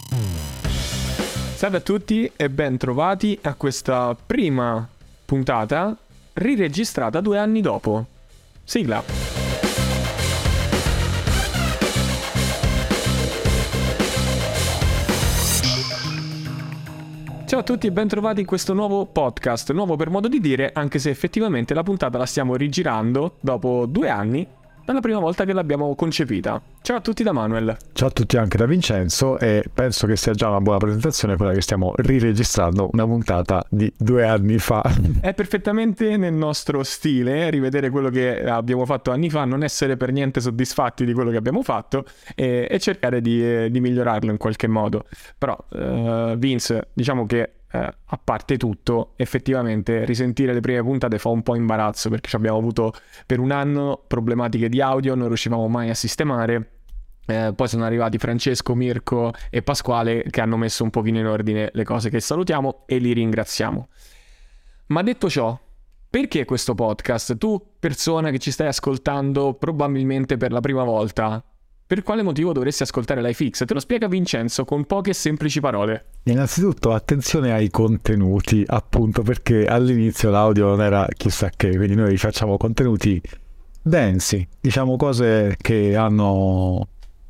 Salve a tutti e ben trovati a questa prima puntata riregistrata 2 anni dopo. Sigla. Ciao a tutti e ben trovati in questo nuovo podcast, nuovo per modo di dire, anche se effettivamente la puntata la stiamo rigirando dopo 2 anni dalla prima volta che l'abbiamo concepita. Ciao a tutti da Manuel. Ciao a tutti anche da Vincenzo, e penso che sia già una buona presentazione quella che stiamo riregistrando una puntata di 2 anni fa. È perfettamente nel nostro stile rivedere quello che abbiamo fatto anni fa, non essere per niente soddisfatti di quello che abbiamo fatto e cercare di migliorarlo in qualche modo. Però Vince, diciamo che a parte tutto, effettivamente risentire le prime puntate fa un po' imbarazzo, perché abbiamo avuto per un anno problematiche di audio, non riuscivamo mai a sistemare. Poi sono arrivati Francesco, Mirko e Pasquale che hanno messo un pochino in ordine le cose, che salutiamo e li ringraziamo. Ma detto ciò, perché questo podcast? Tu, persona che ci stai ascoltando probabilmente per la prima volta, per quale motivo dovresti ascoltare LifeX? Te lo spiega Vincenzo con poche e semplici parole. Innanzitutto attenzione ai contenuti, appunto perché all'inizio l'audio non era chissà che, quindi noi facciamo contenuti densi, diciamo cose che hanno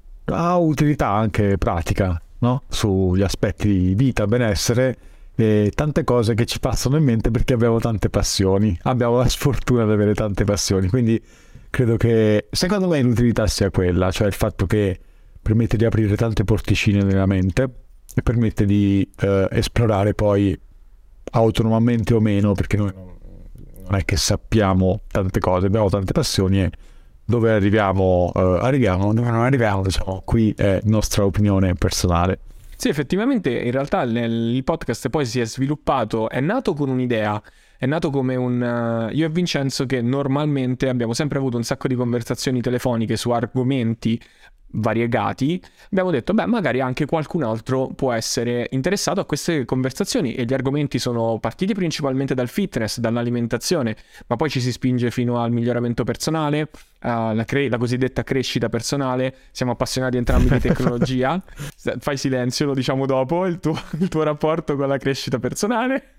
utilità anche pratica, no? Sugli aspetti di vita, benessere e tante cose che ci passano in mente perché abbiamo tante passioni, abbiamo la sfortuna di avere tante passioni, quindi credo che secondo me l'utilità sia quella, cioè il fatto che permette di aprire tante porticine nella mente e permette di esplorare poi autonomamente o meno, perché noi non è che sappiamo tante cose, abbiamo tante passioni e dove arriviamo, dove non arriviamo, diciamo, qui è nostra opinione personale. Sì, effettivamente in realtà il podcast poi si è sviluppato, è nato con un'idea. È nato come io e Vincenzo che normalmente abbiamo sempre avuto un sacco di conversazioni telefoniche su argomenti variegati. Abbiamo detto, magari anche qualcun altro può essere interessato a queste conversazioni, e gli argomenti sono partiti principalmente dal fitness, dall'alimentazione, ma poi ci si spinge fino al miglioramento personale, la cosiddetta crescita personale. Siamo appassionati entrambi di tecnologia. Fai silenzio, lo diciamo dopo, il tuo rapporto con la crescita personale.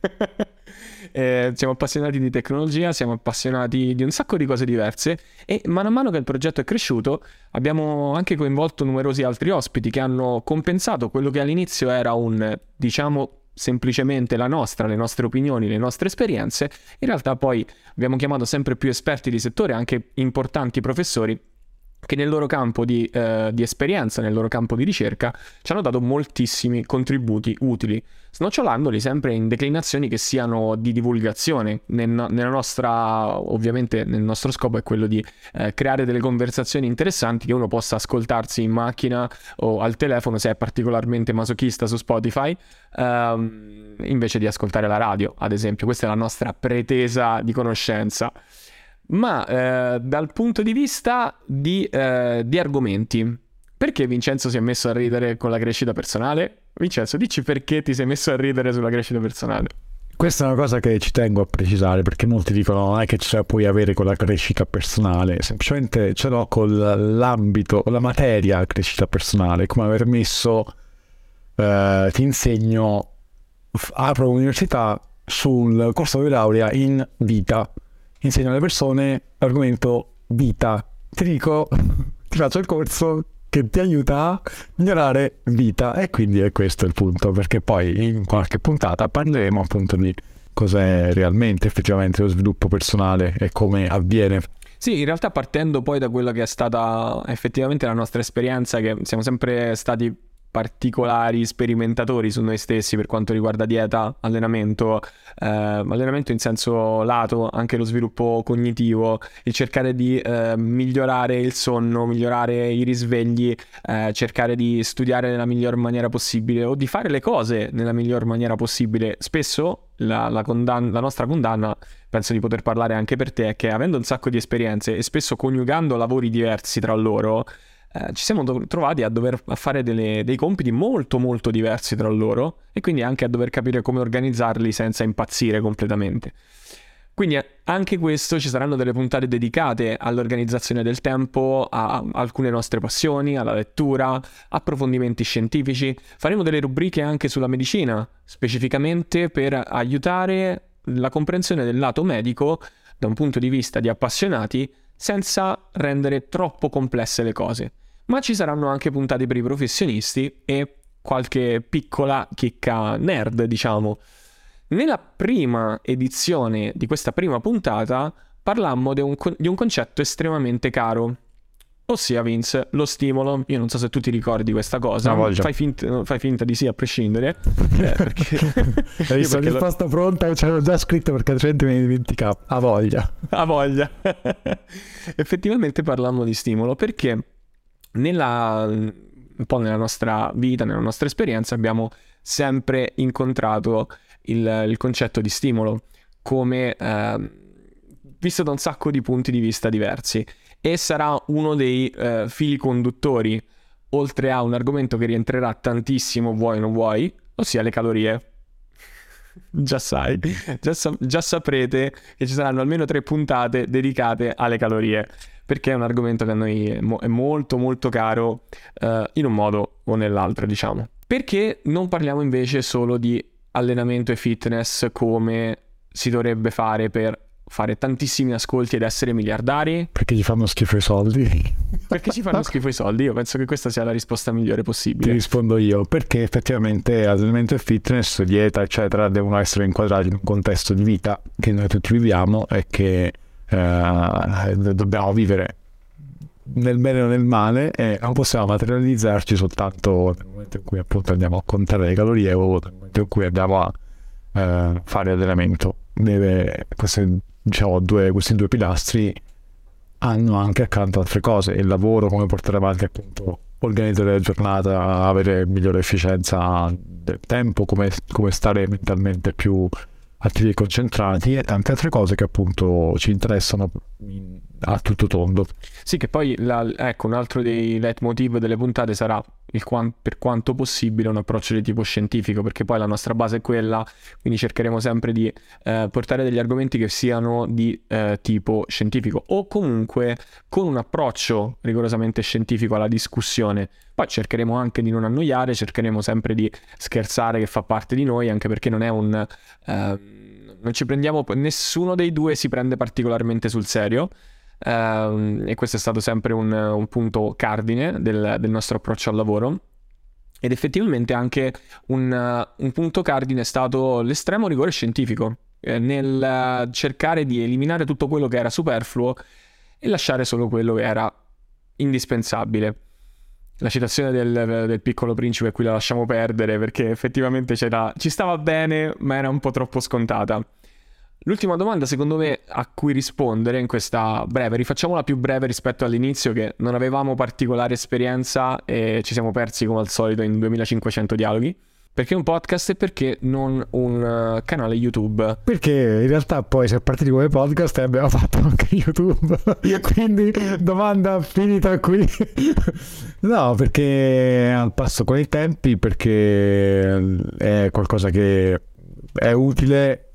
Siamo appassionati di tecnologia, siamo appassionati di un sacco di cose diverse, e man mano che il progetto è cresciuto abbiamo anche coinvolto numerosi altri ospiti che hanno compensato quello che all'inizio era semplicemente le nostre opinioni, le nostre esperienze. In realtà poi abbiamo chiamato sempre più esperti di settore, anche importanti professori che nel loro campo di esperienza, nel loro campo di ricerca, ci hanno dato moltissimi contributi utili, snocciolandoli sempre in declinazioni che siano di divulgazione. Ovviamente nel nostro scopo è quello di creare delle conversazioni interessanti che uno possa ascoltarsi in macchina o al telefono, se è particolarmente masochista, su Spotify, invece di ascoltare la radio, ad esempio. Questa è la nostra pretesa di conoscenza. Ma dal punto di vista di argomenti, perché Vincenzo si è messo a ridere con la crescita personale? Vincenzo, dici perché ti sei messo a ridere sulla crescita personale. Questa è una cosa che ci tengo a precisare, perché molti dicono non è che ce la puoi avere con la crescita personale, semplicemente ce l'ho con l'ambito, con la materia crescita personale, come aver messo ti insegno, apro un'università sul corso di laurea in vita, insegno alle persone l'argomento vita, ti dico, ti faccio il corso che ti aiuta a migliorare vita, e quindi è questo il punto, perché poi in qualche puntata parleremo appunto di cos'è realmente effettivamente lo sviluppo personale e come avviene. Sì, in realtà partendo poi da quella che è stata effettivamente la nostra esperienza, che siamo sempre stati particolari sperimentatori su noi stessi per quanto riguarda dieta, allenamento in senso lato, anche lo sviluppo cognitivo, il cercare di migliorare il sonno, migliorare i risvegli, cercare di studiare nella miglior maniera possibile o di fare le cose nella miglior maniera possibile. Spesso la nostra condanna, penso di poter parlare anche per te, è che avendo un sacco di esperienze e spesso coniugando lavori diversi tra loro, ci siamo trovati a dover fare dei compiti molto molto diversi tra loro, e quindi anche a dover capire come organizzarli senza impazzire completamente. Quindi anche questo, ci saranno delle puntate dedicate all'organizzazione del tempo, a alcune nostre passioni, alla lettura, approfondimenti scientifici. Faremo delle rubriche anche sulla medicina, specificamente per aiutare la comprensione del lato medico da un punto di vista di appassionati, senza rendere troppo complesse le cose. Ma ci saranno anche puntate per i professionisti e qualche piccola chicca nerd, diciamo. Nella prima edizione di questa prima puntata parlammo di un concetto estremamente caro, ossia, Vince, lo stimolo. Io non so se tu ti ricordi questa cosa, fai finta di sì a prescindere. Perché... Hai visto la risposta pronta, c'avevo già scritto perché altrimenti me ne dimenticavo. A voglia. Effettivamente parlammo di stimolo perché un po' nella nostra vita, nella nostra esperienza, abbiamo sempre incontrato il concetto di stimolo come visto da un sacco di punti di vista diversi, e sarà uno dei fili conduttori, oltre a un argomento che rientrerà tantissimo, vuoi o non vuoi, ossia le calorie. Già sai, già saprete che ci saranno almeno 3 puntate dedicate alle calorie, perché è un argomento che a noi è molto molto caro, in un modo o nell'altro, diciamo. Perché non parliamo invece solo di allenamento e fitness come si dovrebbe fare per fare tantissimi ascolti ed essere miliardari? Perché ci fanno schifo i soldi. Perché ci fanno schifo i soldi? Io penso che questa sia la risposta migliore possibile. Ti rispondo io, perché effettivamente allenamento e fitness, dieta eccetera devono essere inquadrati in un contesto di vita che noi tutti viviamo e che dobbiamo vivere nel bene o nel male, e non possiamo materializzarci soltanto nel momento in cui appunto andiamo a contare le calorie o nel momento in cui andiamo a fare allenamento. Questi due pilastri hanno anche accanto altre cose: il lavoro, come portare avanti appunto, organizzare la giornata, avere migliore efficienza del tempo, come stare mentalmente più attivi e concentrati, e tante altre cose che appunto ci interessano a tutto tondo. Sì, che poi ecco, un altro dei leitmotiv delle puntate sarà per quanto possibile un approccio di tipo scientifico, perché poi la nostra base è quella, quindi cercheremo sempre di portare degli argomenti che siano di tipo scientifico, o comunque con un approccio rigorosamente scientifico alla discussione. Poi cercheremo anche di non annoiare, cercheremo sempre di scherzare, che fa parte di noi, anche perché non è non ci prendiamo, nessuno dei due si prende particolarmente sul serio. E questo è stato sempre un punto cardine del nostro approccio al lavoro, ed effettivamente anche un punto cardine è stato l'estremo rigore scientifico nel cercare di eliminare tutto quello che era superfluo e lasciare solo quello che era indispensabile. La citazione del Piccolo Principe qui la lasciamo perdere, perché effettivamente ci stava bene, ma era un po' troppo scontata. L'ultima domanda, secondo me, a cui rispondere in questa breve, rifacciamola più breve rispetto all'inizio, che non avevamo particolare esperienza e ci siamo persi come al solito in 2500 dialoghi. Perché un podcast e perché non un canale YouTube? Perché in realtà poi si è partiti come podcast e abbiamo fatto anche YouTube. Quindi domanda finita qui. No, perché al passo con i tempi, perché è qualcosa che è utile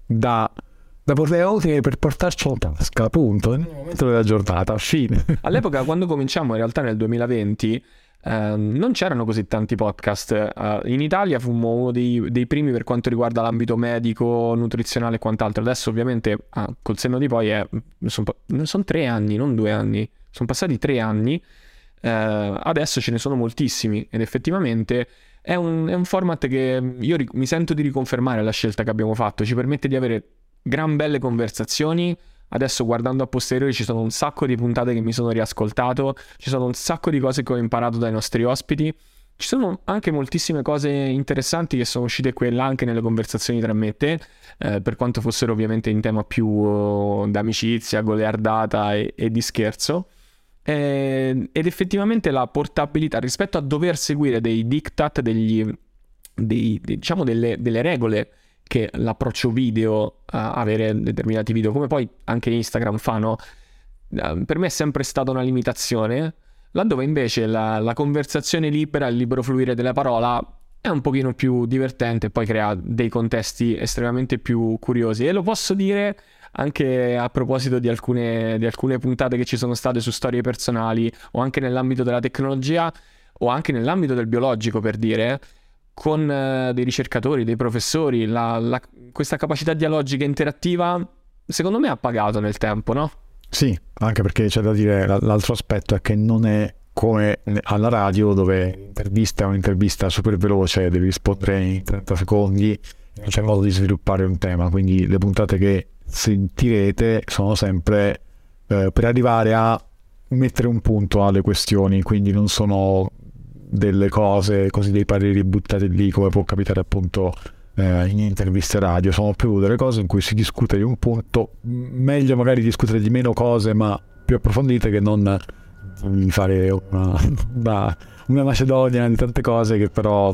è utile per portarci in tasca, appunto, nel momento della giornata, fine. All'epoca, quando cominciamo, in realtà nel 2020, non c'erano così tanti podcast. In Italia fummo uno dei primi per quanto riguarda l'ambito medico, nutrizionale e quant'altro. Adesso ovviamente col senno di poi sono 3 anni, non 2 anni, sono passati 3 anni. Adesso ce ne sono moltissimi, ed effettivamente è un format che io mi sento di riconfermare. La scelta che abbiamo fatto ci permette di avere gran belle conversazioni. Adesso, guardando a posteriori, ci sono un sacco di puntate che mi sono riascoltato, ci sono un sacco di cose che ho imparato dai nostri ospiti, ci sono anche moltissime cose interessanti che sono uscite qui e là anche nelle conversazioni tra me e te, per quanto fossero ovviamente in tema più d'amicizia, goliardata e di scherzo. Ed effettivamente la portabilità rispetto a dover seguire dei diktat, diciamo delle regole che l'approccio video, avere determinati video, come poi anche Instagram fanno, per me è sempre stata una limitazione, laddove invece la conversazione libera, il libero fluire della parola è un pochino più divertente e poi crea dei contesti estremamente più curiosi. E lo posso dire anche a proposito di alcune puntate che ci sono state su storie personali, o anche nell'ambito della tecnologia, o anche nell'ambito del biologico, per dire, con dei ricercatori, dei professori. Questa capacità dialogica interattiva, secondo me, ha pagato nel tempo, no? Sì, anche perché c'è da dire, l'altro aspetto è che non è come alla radio, dove l'intervista è un'intervista super veloce, devi rispondere in 30 secondi, non c'è modo di sviluppare un tema, quindi le puntate che sentirete sono sempre per arrivare a mettere un punto alle questioni, quindi non sono delle cose così, dei pareri buttati lì come può capitare appunto in interviste radio. Sono più delle cose in cui si discute di un punto, meglio magari discutere di meno cose ma più approfondite, che non fare una macedonia di tante cose che però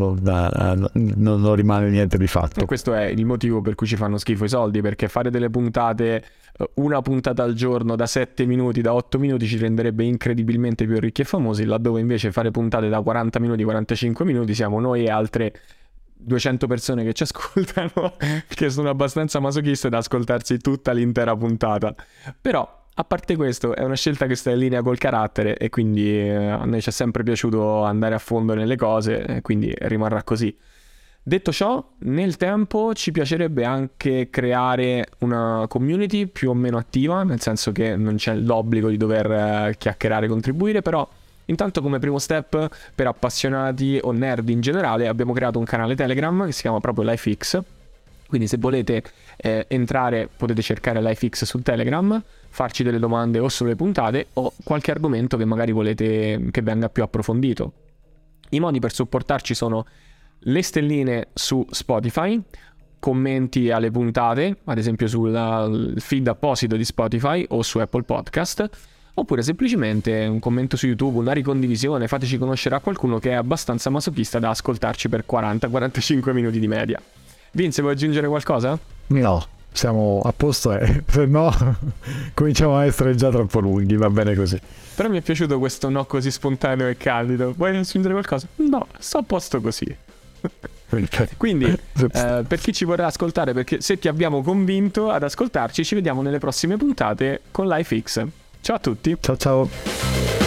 non rimane niente di fatto. E questo è il motivo per cui ci fanno schifo i soldi, perché fare delle puntate, una puntata al giorno da 7 minuti, da 8 minuti, ci renderebbe incredibilmente più ricchi e famosi, laddove invece fare puntate da 40 minuti, 45 minuti siamo noi e altre 200 persone che ci ascoltano, che sono abbastanza masochiste da ascoltarsi tutta l'intera puntata. Però a parte questo, è una scelta che sta in linea col carattere, e quindi a noi ci è sempre piaciuto andare a fondo nelle cose, e quindi rimarrà così. Detto ciò, nel tempo ci piacerebbe anche creare una community più o meno attiva, nel senso che non c'è l'obbligo di dover chiacchierare e contribuire, però intanto, come primo step per appassionati o nerd in generale, abbiamo creato un canale Telegram che si chiama proprio LifeX. Quindi se volete entrare, potete cercare LifeX su Telegram, farci delle domande o sulle puntate o qualche argomento che magari volete che venga più approfondito. I modi per supportarci sono le stelline su Spotify, commenti alle puntate, ad esempio sul feed apposito di Spotify o su Apple Podcast, oppure semplicemente un commento su YouTube, una ricondivisione. Fateci conoscere a qualcuno che è abbastanza masochista da ascoltarci per 40-45 minuti di media. Vince, vuoi aggiungere qualcosa? No, siamo a posto, se no cominciamo a essere già troppo lunghi, va bene così. Però mi è piaciuto questo no così spontaneo e candido. Vuoi aggiungere qualcosa? No, sto a posto così. Quindi per chi ci vorrà ascoltare, perché se ti abbiamo convinto ad ascoltarci, ci vediamo nelle prossime puntate con LifeX. Ciao a tutti. Ciao ciao.